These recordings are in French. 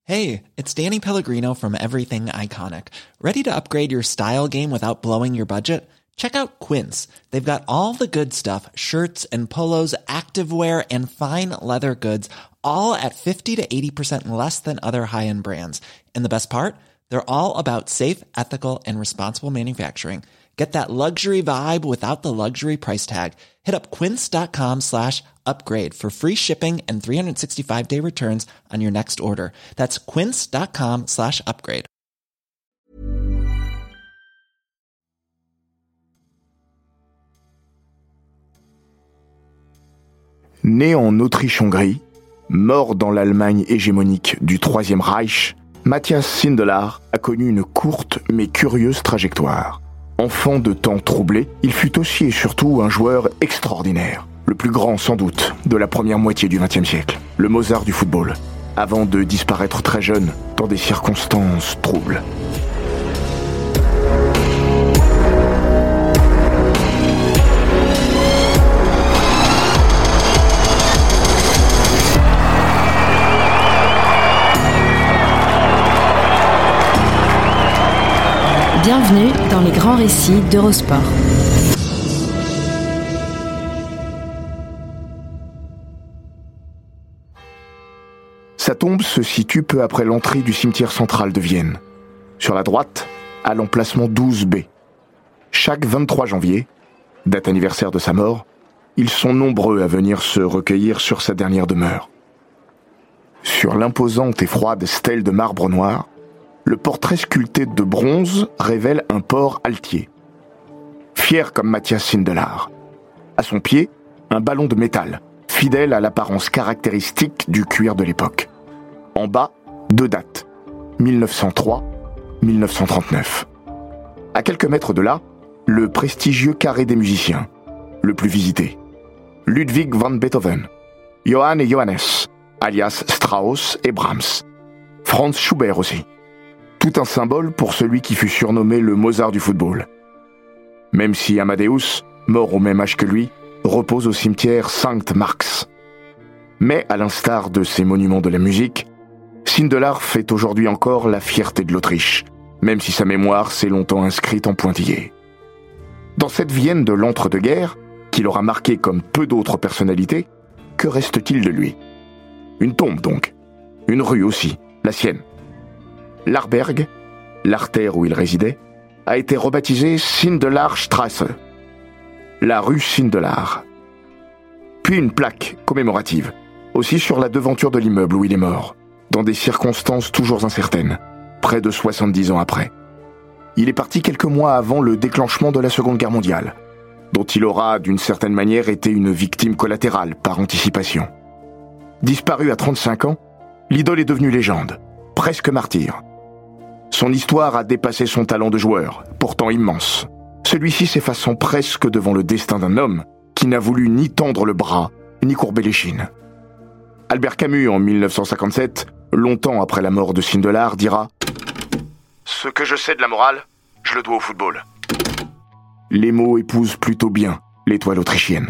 Hey, it's Danny Pellegrino from Everything Iconic. Ready to upgrade your style game without blowing your budget? Check out Quince. They've got all the good stuff, shirts and polos, activewear, and fine leather goods, all at 50 to 80% less than other high-end brands. And the best part? They're all about safe, ethical, and responsible manufacturing. Get that luxury vibe without the luxury price tag. Hit up quince.com/upgrade for free shipping and 365-day returns on your next order. That's quince.com/upgrade. Né en Autriche-Hongrie, mort dans l'Allemagne hégémonique du Troisième Reich, Matthias Sindelar a connu une courte mais curieuse trajectoire. Enfant de temps troublé, il fut aussi et surtout un joueur extraordinaire. Le plus grand, sans doute, de la première moitié du XXe siècle. Le Mozart du football. Avant de disparaître très jeune, dans des circonstances troubles. Bienvenue dans les grands récits d'Eurosport. Sa tombe se situe peu après l'entrée du cimetière central de Vienne. Sur la droite, à l'emplacement 12B. Chaque 23 janvier, date anniversaire de sa mort, ils sont nombreux à venir se recueillir sur sa dernière demeure. Sur l'imposante et froide stèle de marbre noir, le portrait sculpté de bronze révèle un porc altier. Fier comme Matthias Sindelar. À son pied, un ballon de métal, fidèle à l'apparence caractéristique du cuir de l'époque. En bas, 2 dates, 1903-1939. À quelques mètres de là, le prestigieux carré des musiciens, le plus visité. Ludwig van Beethoven, Johann et Johannes, alias Strauss et Brahms. Franz Schubert aussi. Tout un symbole pour celui qui fut surnommé le Mozart du football. Même si Amadeus, mort au même âge que lui, repose au cimetière Sankt Marx. Mais à l'instar de ces monuments de la musique, Sindelar fait aujourd'hui encore la fierté de l'Autriche, même si sa mémoire s'est longtemps inscrite en pointillé. Dans cette Vienne de l'entre-deux-guerres, qui l'aura marqué comme peu d'autres personnalités, que reste-t-il de lui ? Une tombe donc, une rue aussi, la sienne. L'Arberg, l'artère où il résidait, a été rebaptisée Sindelarstrasse, la rue Sindelar. Puis une plaque commémorative, aussi sur la devanture de l'immeuble où il est mort, dans des circonstances toujours incertaines, près de 70 ans après. Il est parti quelques mois avant le déclenchement de la Seconde Guerre mondiale, dont il aura d'une certaine manière été une victime collatérale par anticipation. Disparu à 35 ans, l'idole est devenue légende, presque martyr. Son histoire a dépassé son talent de joueur, pourtant immense. Celui-ci s'effaçant presque devant le destin d'un homme qui n'a voulu ni tendre le bras, ni courber l'échine. Albert Camus, en 1957, longtemps après la mort de Sindelar, dira « Ce que je sais de la morale, je le dois au football. » Les mots épousent plutôt bien l'étoile autrichienne.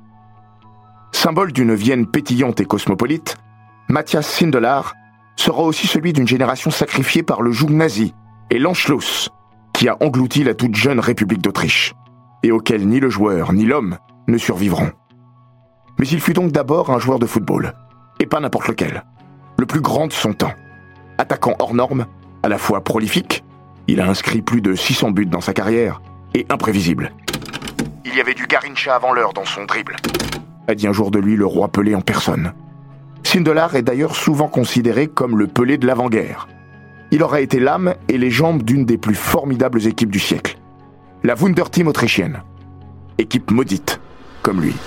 Symbole d'une Vienne pétillante et cosmopolite, Matthias Sindelar sera aussi celui d'une génération sacrifiée par le joug nazi et l'Anschluss, qui a englouti la toute jeune République d'Autriche, et auquel ni le joueur ni l'homme ne survivront. Mais il fut donc d'abord un joueur de football, et pas n'importe lequel, le plus grand de son temps. Attaquant hors norme, à la fois prolifique, il a inscrit plus de 600 buts dans sa carrière, et imprévisible. Il y avait du Garrincha avant l'heure dans son dribble, a dit un jour de lui le roi Pelé en personne. Sindelar est d'ailleurs souvent considéré comme le Pelé de l'avant-guerre. Il aura été l'âme et les jambes d'une des plus formidables équipes du siècle, la Wunderteam autrichienne, équipe maudite, comme lui.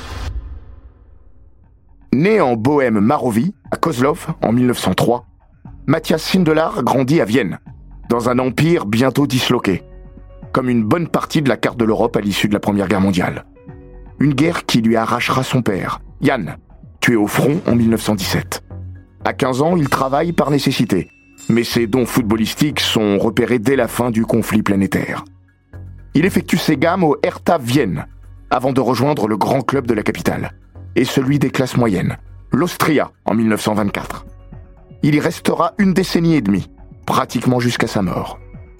Né en Bohême Marowie, à Kozlov, en 1903, Matthias Sindelar grandit à Vienne, dans un empire bientôt disloqué, comme une bonne partie de la carte de l'Europe à l'issue de la Première Guerre mondiale. Une guerre qui lui arrachera son père, Jan, tué au front en 1917. À 15 ans, il travaille par nécessité, mais ses dons footballistiques sont repérés dès la fin du conflit planétaire. Il effectue ses gammes au Hertha Vienne, avant de rejoindre le grand club de la capitale, et celui des classes moyennes, l'Austria, en 1924. Il y restera une décennie et demie, pratiquement jusqu'à sa mort.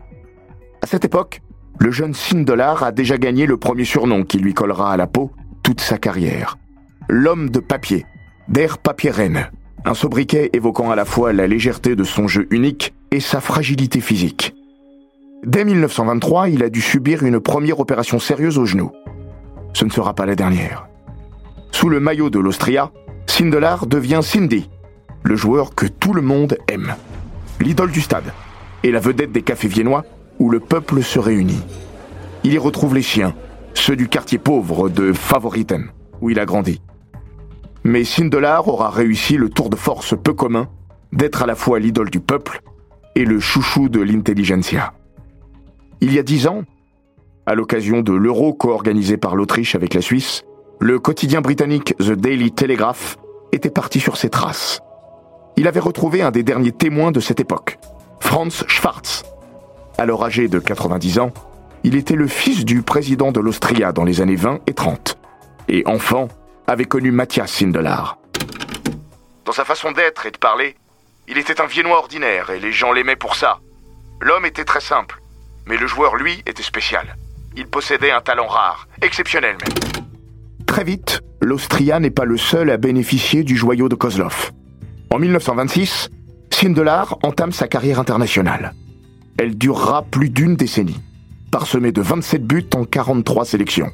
À cette époque, le jeune Sindelar a déjà gagné le premier surnom qui lui collera à la peau toute sa carrière. L'homme de papier, Der Papieren, un sobriquet évoquant à la fois la légèreté de son jeu unique et sa fragilité physique. Dès 1923, il a dû subir une première opération sérieuse au genou. Ce ne sera pas la dernière. Sous le maillot de l'Austria, Sindelar devient Cindy, le joueur que tout le monde aime, l'idole du stade et la vedette des cafés viennois où le peuple se réunit. Il y retrouve les siens, ceux du quartier pauvre de Favoriten, où il a grandi. Mais Sindelar aura réussi le tour de force peu commun d'être à la fois l'idole du peuple et le chouchou de l'intelligentsia. Il y a 10 ans, à l'occasion de l'Euro co-organisé par l'Autriche avec la Suisse, le quotidien britannique The Daily Telegraph était parti sur ses traces. Il avait retrouvé un des derniers témoins de cette époque, Franz Schwarz. Alors âgé de 90 ans, il était le fils du président de l'Austria dans les années 20 et 30, et enfant, avait connu Matthias Sindelar. Dans sa façon d'être et de parler, il était un Viennois ordinaire et les gens l'aimaient pour ça. L'homme était très simple, mais le joueur, lui, était spécial. Il possédait un talent rare, exceptionnel même. Très vite, l'Austria n'est pas le seul à bénéficier du joyau de Kozlov. En 1926, Sindelar entame sa carrière internationale. Elle durera plus d'une décennie, parsemée de 27 buts en 43 sélections.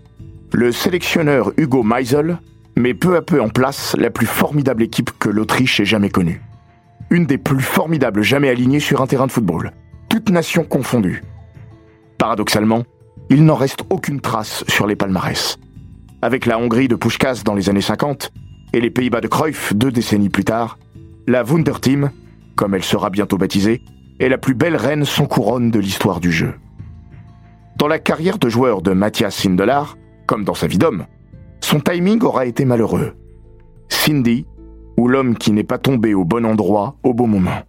Le sélectionneur Hugo Meisel met peu à peu en place la plus formidable équipe que l'Autriche ait jamais connue. Une des plus formidables jamais alignées sur un terrain de football, toutes nations confondues. Paradoxalement, il n'en reste aucune trace sur les palmarès. Avec la Hongrie de Puskás dans les années 50 et les Pays-Bas de Cruyff 2 décennies plus tard, la Wunderteam, comme elle sera bientôt baptisée, est la plus belle reine sans couronne de l'histoire du jeu. Dans la carrière de joueur de Matthias Sindelar, comme dans sa vie d'homme, son timing aura été malheureux. Cindy, ou l'homme qui n'est pas tombé au bon endroit au bon moment.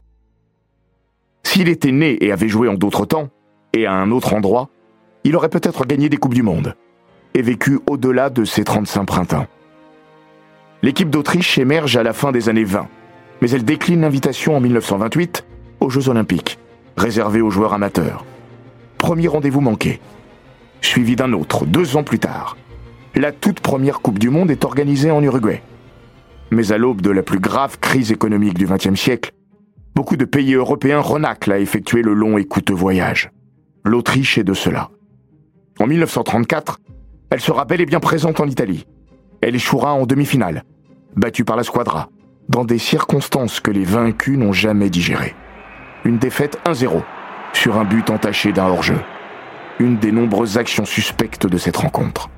S'il était né et avait joué en d'autres temps, et à un autre endroit, il aurait peut-être gagné des Coupes du Monde, et vécu au-delà de ses 35 printemps. L'équipe d'Autriche émerge à la fin des années 20, mais elle décline l'invitation en 1928 aux Jeux Olympiques, réservés aux joueurs amateurs. Premier rendez-vous manqué, suivi d'un autre 2 ans plus tard. La toute première Coupe du Monde est organisée en Uruguay. Mais à l'aube de la plus grave crise économique du XXe siècle, beaucoup de pays européens renâclent à effectuer le long et coûteux voyage. L'Autriche est de cela. En 1934, elle sera bel et bien présente en Italie. Elle échouera en demi-finale, battue par la Squadra, dans des circonstances que les vaincus n'ont jamais digérées. Une défaite 1-0, sur un but entaché d'un hors-jeu. Une des nombreuses actions suspectes de cette rencontre.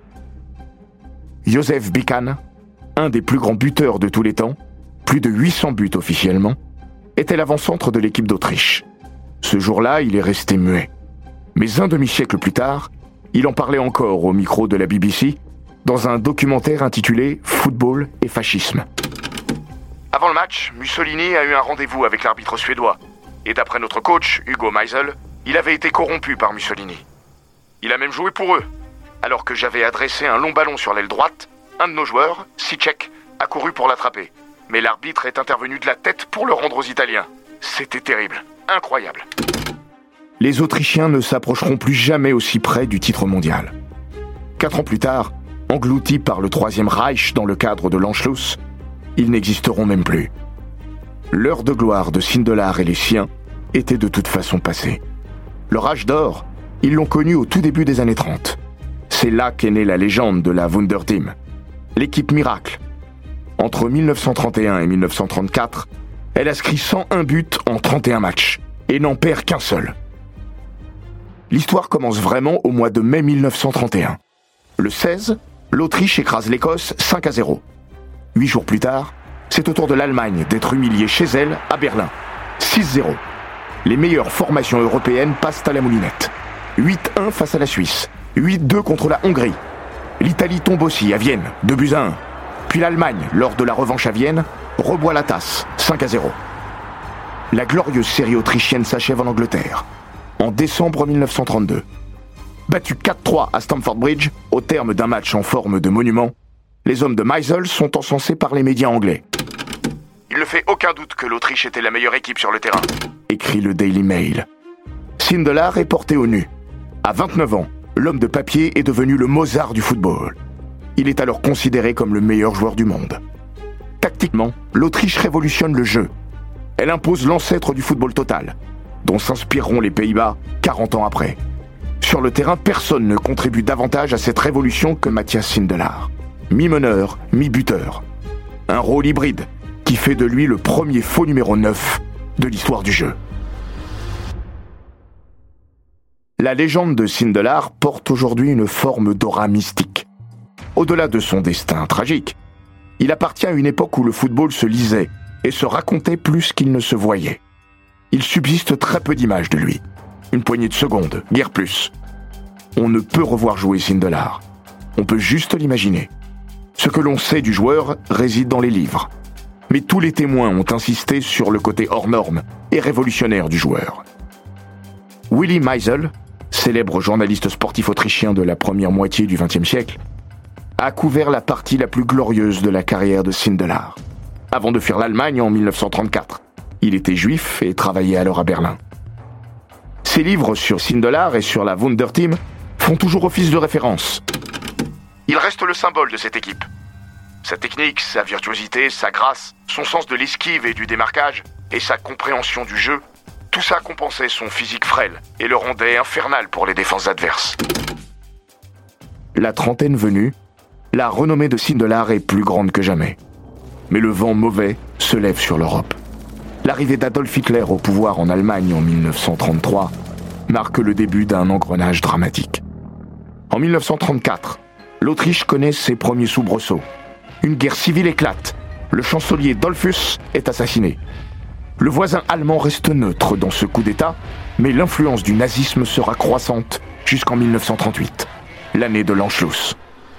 József Bican, un des plus grands buteurs de tous les temps, plus de 800 buts officiellement, était l'avant-centre de l'équipe d'Autriche. Ce jour-là, il est resté muet. Mais un demi-siècle plus tard, il en parlait encore au micro de la BBC, dans un documentaire intitulé « Football et fascisme ». Avant le match, Mussolini a eu un rendez-vous avec l'arbitre suédois. Et d'après notre coach, Hugo Meisel, il avait été corrompu par Mussolini. Il a même joué pour eux. Alors que j'avais adressé un long ballon sur l'aile droite, un de nos joueurs, Sicek, a couru pour l'attraper. Mais l'arbitre est intervenu de la tête pour le rendre aux Italiens. C'était terrible, incroyable. Les Autrichiens ne s'approcheront plus jamais aussi près du titre mondial. 4 ans plus tard, engloutis par le Troisième Reich dans le cadre de l'Anschluss, ils n'existeront même plus. L'heure de gloire de Sindelar et les siens était de toute façon passée. Leur âge d'or, ils l'ont connu au tout début des années 30. C'est là qu'est née la légende de la Wunderteam, l'équipe miracle. Entre 1931 et 1934, elle inscrit 101 buts en 31 matchs et n'en perd qu'un seul. L'histoire commence vraiment au mois de mai 1931. Le 16, l'Autriche écrase l'Écosse 5-0. 8 jours plus tard, c'est au tour de l'Allemagne d'être humiliée chez elle, à Berlin. 6-0. Les meilleures formations européennes passent à la moulinette. 8-1 face à la Suisse. 8-2 contre la Hongrie. L'Italie tombe aussi à Vienne, 2-1. Puis l'Allemagne, lors de la revanche à Vienne, reboit la tasse, 5-0. La glorieuse série autrichienne s'achève en Angleterre, en décembre 1932. Battus 4-3 à Stamford Bridge, au terme d'un match en forme de monument, les hommes de Meisel sont encensés par les médias anglais. Il ne fait aucun doute que l'Autriche était la meilleure équipe sur le terrain, écrit le Daily Mail. Sindelar est porté au nu. À 29 ans, l'homme de papier est devenu le Mozart du football. Il est alors considéré comme le meilleur joueur du monde. Tactiquement, l'Autriche révolutionne le jeu. Elle impose l'ancêtre du football total, dont s'inspireront les Pays-Bas 40 ans après. Sur le terrain, personne ne contribue davantage à cette révolution que Matthias Sindelar. Mi-meneur, mi-buteur. Un rôle hybride qui fait de lui le premier faux numéro 9 de l'histoire du jeu. La légende de Sindelar porte aujourd'hui une forme d'aura mystique. Au-delà de son destin tragique, il appartient à une époque où le football se lisait et se racontait plus qu'il ne se voyait. Il subsiste très peu d'images de lui. Une poignée de secondes, guère plus. On ne peut revoir jouer Sindelar. On peut juste l'imaginer. Ce que l'on sait du joueur réside dans les livres. Mais tous les témoins ont insisté sur le côté hors norme et révolutionnaire du joueur. Willi Meisel, célèbre journaliste sportif autrichien de la première moitié du XXe siècle, a couvert la partie la plus glorieuse de la carrière de Sindelar, avant de fuir l'Allemagne en 1934. Il était juif et travaillait alors à Berlin. Ses livres sur Sindelar et sur la Wunderteam font toujours office de référence. Il reste le symbole de cette équipe. Sa technique, sa virtuosité, sa grâce, son sens de l'esquive et du démarquage, et sa compréhension du jeu, tout ça compensait son physique frêle et le rendait infernal pour les défenses adverses. La trentaine venue, la renommée de Sindelar est plus grande que jamais. Mais le vent mauvais se lève sur l'Europe. L'arrivée d'Adolf Hitler au pouvoir en Allemagne en 1933 marque le début d'un engrenage dramatique. En 1934, l'Autriche connaît ses premiers soubresauts. Une guerre civile éclate. Le chancelier Dollfuss est assassiné. Le voisin allemand reste neutre dans ce coup d'État, mais l'influence du nazisme sera croissante jusqu'en 1938, l'année de l'Anschluss.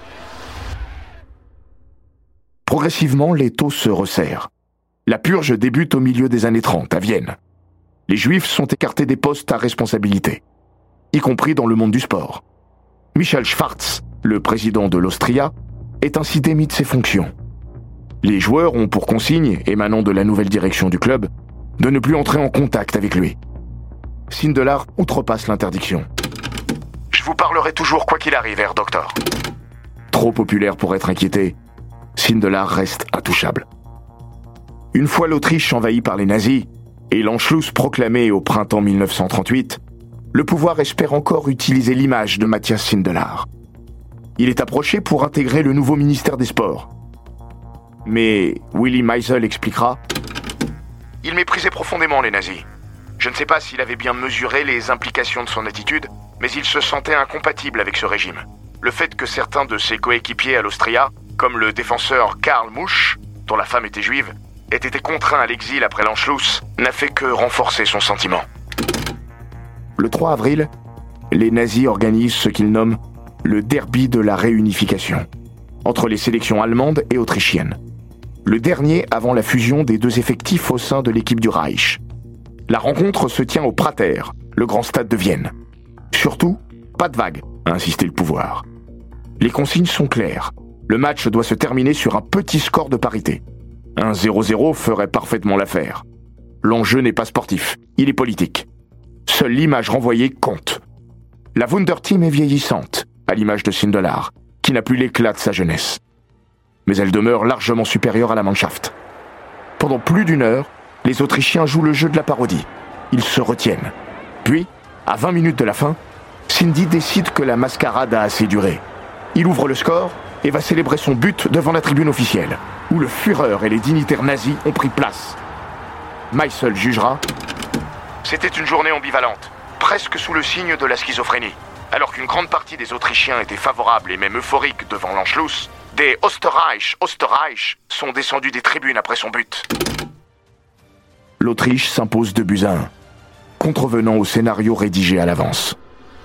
Progressivement, l'étau se resserre. La purge débute au milieu des années 30, à Vienne. Les Juifs sont écartés des postes à responsabilité, y compris dans le monde du sport. Michael Schwarz, le président de l'Austria, est ainsi démis de ses fonctions. Les joueurs ont pour consigne, émanant de la nouvelle direction du club, de ne plus entrer en contact avec lui. Sindelar outrepasse l'interdiction. « Je vous parlerai toujours quoi qu'il arrive, Herr Doctor. » Trop populaire pour être inquiété, Sindelar reste intouchable. Une fois l'Autriche envahie par les nazis et l'Anschluss proclamé au printemps 1938, le pouvoir espère encore utiliser l'image de Matthias Sindelar. Il est approché pour intégrer le nouveau ministère des Sports. Mais Willi Meisel expliquera « Il méprisait profondément les nazis. Je ne sais pas s'il avait bien mesuré les implications de son attitude, mais il se sentait incompatible avec ce régime. Le fait que certains de ses coéquipiers à l'Austria, comme le défenseur Karl Musch, dont la femme était juive, aient été contraints à l'exil après l'Anschluss, n'a fait que renforcer son sentiment. » Le 3 avril, les nazis organisent ce qu'ils nomment le derby de la réunification, entre les sélections allemandes et autrichiennes. Le dernier avant la fusion des deux effectifs au sein de l'équipe du Reich. La rencontre se tient au Prater, le grand stade de Vienne. Surtout, pas de vague, a insisté le pouvoir. Les consignes sont claires. Le match doit se terminer sur un petit score de parité. Un 0-0 ferait parfaitement l'affaire. L'enjeu n'est pas sportif, il est politique. Seule l'image renvoyée compte. La Wunderteam est vieillissante, à l'image de Sindelar, qui n'a plus l'éclat de sa jeunesse. Mais elle demeure largement supérieure à la Mannschaft. Pendant plus d'une heure, les Autrichiens jouent le jeu de la parodie. Ils se retiennent. Puis, à 20 minutes de la fin, Cindy décide que la mascarade a assez duré. Il ouvre le score et va célébrer son but devant la tribune officielle, où le Führer et les dignitaires nazis ont pris place. Meisel jugera « C'était une journée ambivalente, presque sous le signe de la schizophrénie. Alors qu'une grande partie des Autrichiens étaient favorables et même euphoriques devant l'Anschluss, des Österreich sont descendus des tribunes après son but. » L'Autriche s'impose 2-1, contrevenant au scénario rédigé à l'avance.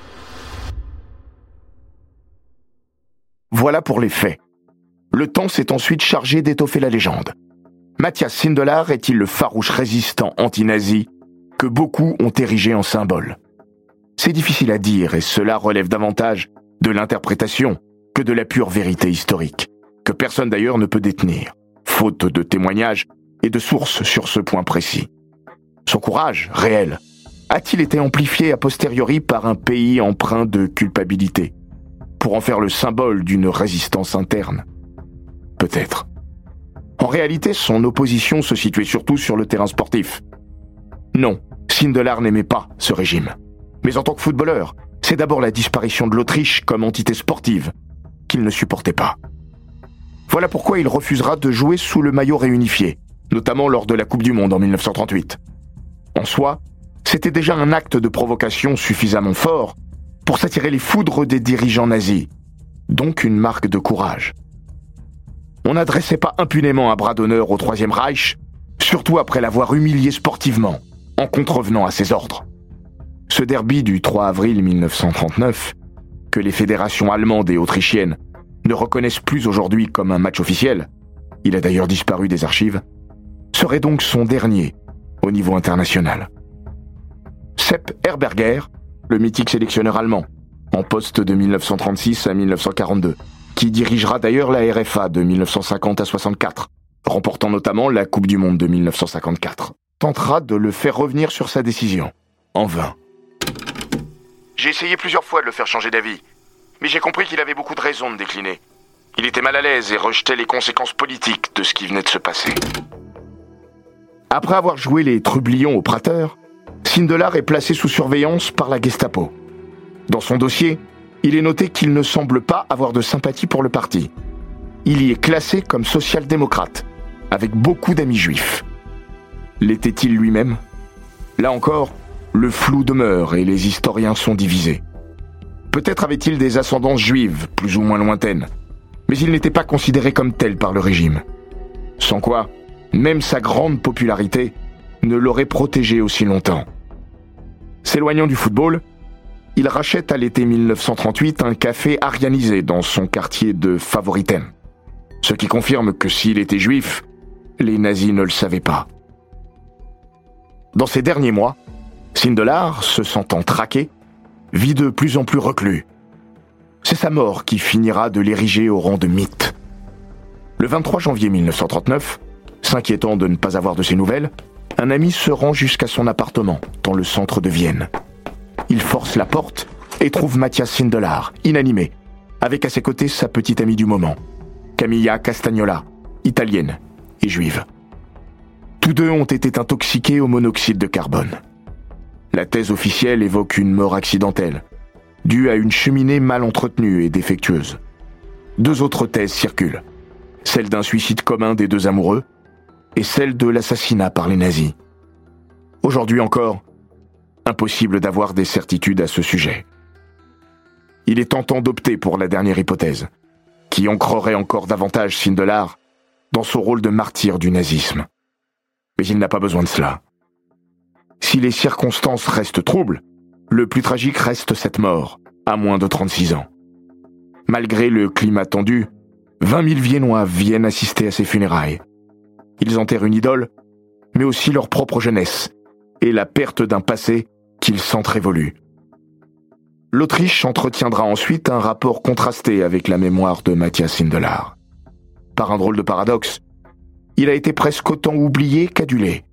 Voilà pour les faits. Le temps s'est ensuite chargé d'étoffer la légende. Matthias Sindelar est-il le farouche résistant anti-nazi que beaucoup ont érigé en symbole? C'est difficile à dire et cela relève davantage de l'interprétation que de la pure vérité historique, que personne d'ailleurs ne peut détenir, faute de témoignages et de sources sur ce point précis. Son courage, réel, a-t-il été amplifié a posteriori par un pays empreint de culpabilité, pour en faire le symbole d'une résistance interne? Peut-être. En réalité, son opposition se situait surtout sur le terrain sportif. Non, Sindelar n'aimait pas ce régime. Mais en tant que footballeur, c'est d'abord la disparition de l'Autriche comme entité sportive qu'il ne supportait pas. Voilà pourquoi il refusera de jouer sous le maillot réunifié, notamment lors de la Coupe du Monde en 1938. En soi, c'était déjà un acte de provocation suffisamment fort pour s'attirer les foudres des dirigeants nazis, donc une marque de courage. On n'adressait pas impunément un bras d'honneur au Troisième Reich, surtout après l'avoir humilié sportivement, en contrevenant à ses ordres. Ce derby du 3 avril 1939, que les fédérations allemandes et autrichiennes ne reconnaissent plus aujourd'hui comme un match officiel, il a d'ailleurs disparu des archives, serait donc son dernier au niveau international. Sepp Herberger, le mythique sélectionneur allemand, en poste de 1936 à 1942, qui dirigera d'ailleurs la RFA de 1950 à 64, remportant notamment la Coupe du Monde de 1954, tentera de le faire revenir sur sa décision, en vain. J'ai essayé plusieurs fois de le faire changer d'avis, mais j'ai compris qu'il avait beaucoup de raisons de décliner. Il était mal à l'aise et rejetait les conséquences politiques de ce qui venait de se passer. Après avoir joué les trublions au Prater, Sindelar est placé sous surveillance par la Gestapo. Dans son dossier, il est noté qu'il ne semble pas avoir de sympathie pour le parti. Il y est classé comme social-démocrate, avec beaucoup d'amis juifs. L'était-il lui-même ? Là encore, le flou demeure et les historiens sont divisés. Peut-être avait-il des ascendances juives, plus ou moins lointaines, mais il n'était pas considéré comme tel par le régime. Sans quoi, même sa grande popularité ne l'aurait protégé aussi longtemps. S'éloignant du football, il rachète à l'été 1938 un café arianisé dans son quartier de Favoriten. Ce qui confirme que s'il était juif, les nazis ne le savaient pas. Dans ces derniers mois, Sindelar, se sentant traqué, vit de plus en plus reclus. C'est sa mort qui finira de l'ériger au rang de mythe. Le 23 janvier 1939, s'inquiétant de ne pas avoir de ses nouvelles, un ami se rend jusqu'à son appartement, dans le centre de Vienne. Il force la porte et trouve Matthias Sindelar, inanimé, avec à ses côtés sa petite amie du moment, Camilla Castagnola, italienne et juive. Tous deux ont été intoxiqués au monoxyde de carbone. La thèse officielle évoque une mort accidentelle, due à une cheminée mal entretenue et défectueuse. Deux autres thèses circulent, celle d'un suicide commun des deux amoureux et celle de l'assassinat par les nazis. Aujourd'hui encore, impossible d'avoir des certitudes à ce sujet. Il est tentant d'opter pour la dernière hypothèse, qui ancrerait encore davantage Sindelar dans son rôle de martyr du nazisme. Mais il n'a pas besoin de cela. Si les circonstances restent troubles, le plus tragique reste cette mort, à moins de 36 ans. Malgré le climat tendu, 20 000 Viennois viennent assister à ses funérailles. Ils enterrent une idole, mais aussi leur propre jeunesse, et la perte d'un passé qu'ils sentent révolu. L'Autriche entretiendra ensuite un rapport contrasté avec la mémoire de Matthias Sindelar. Par un drôle de paradoxe, il a été presque autant oublié qu'adulé.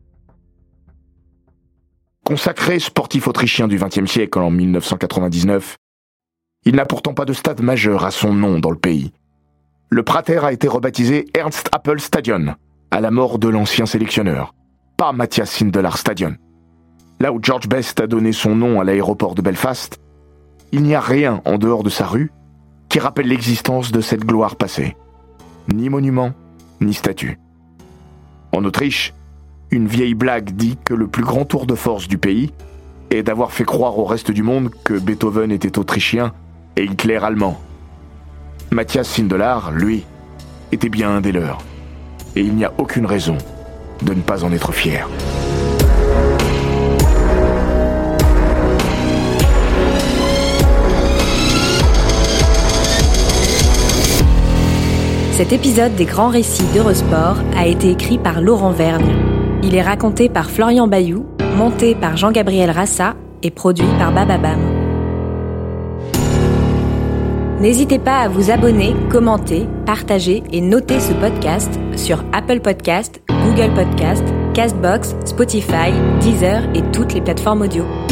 Consacré sportif autrichien du XXe siècle en 1999, il n'a pourtant pas de stade majeur à son nom dans le pays. Le Prater a été rebaptisé Ernst Happel Stadion, à la mort de l'ancien sélectionneur, pas Matthias Sindelar Stadion. Là où George Best a donné son nom à l'aéroport de Belfast, il n'y a rien en dehors de sa rue qui rappelle l'existence de cette gloire passée. Ni monument, ni statue. En Autriche, une vieille blague dit que le plus grand tour de force du pays est d'avoir fait croire au reste du monde que Beethoven était autrichien et Hitler allemand. Matthias Sindelar, lui, était bien un des leurs. Et il n'y a aucune raison de ne pas en être fier. Cet épisode des Grands Récits d'Eurosport a été écrit par Laurent Vergne. Il est raconté par Florian Bayou, monté par Jean-Gabriel Rassa et produit par Bababam. N'hésitez pas à vous abonner, commenter, partager et noter ce podcast sur Apple Podcast, Google Podcast, Castbox, Spotify, Deezer et toutes les plateformes audio.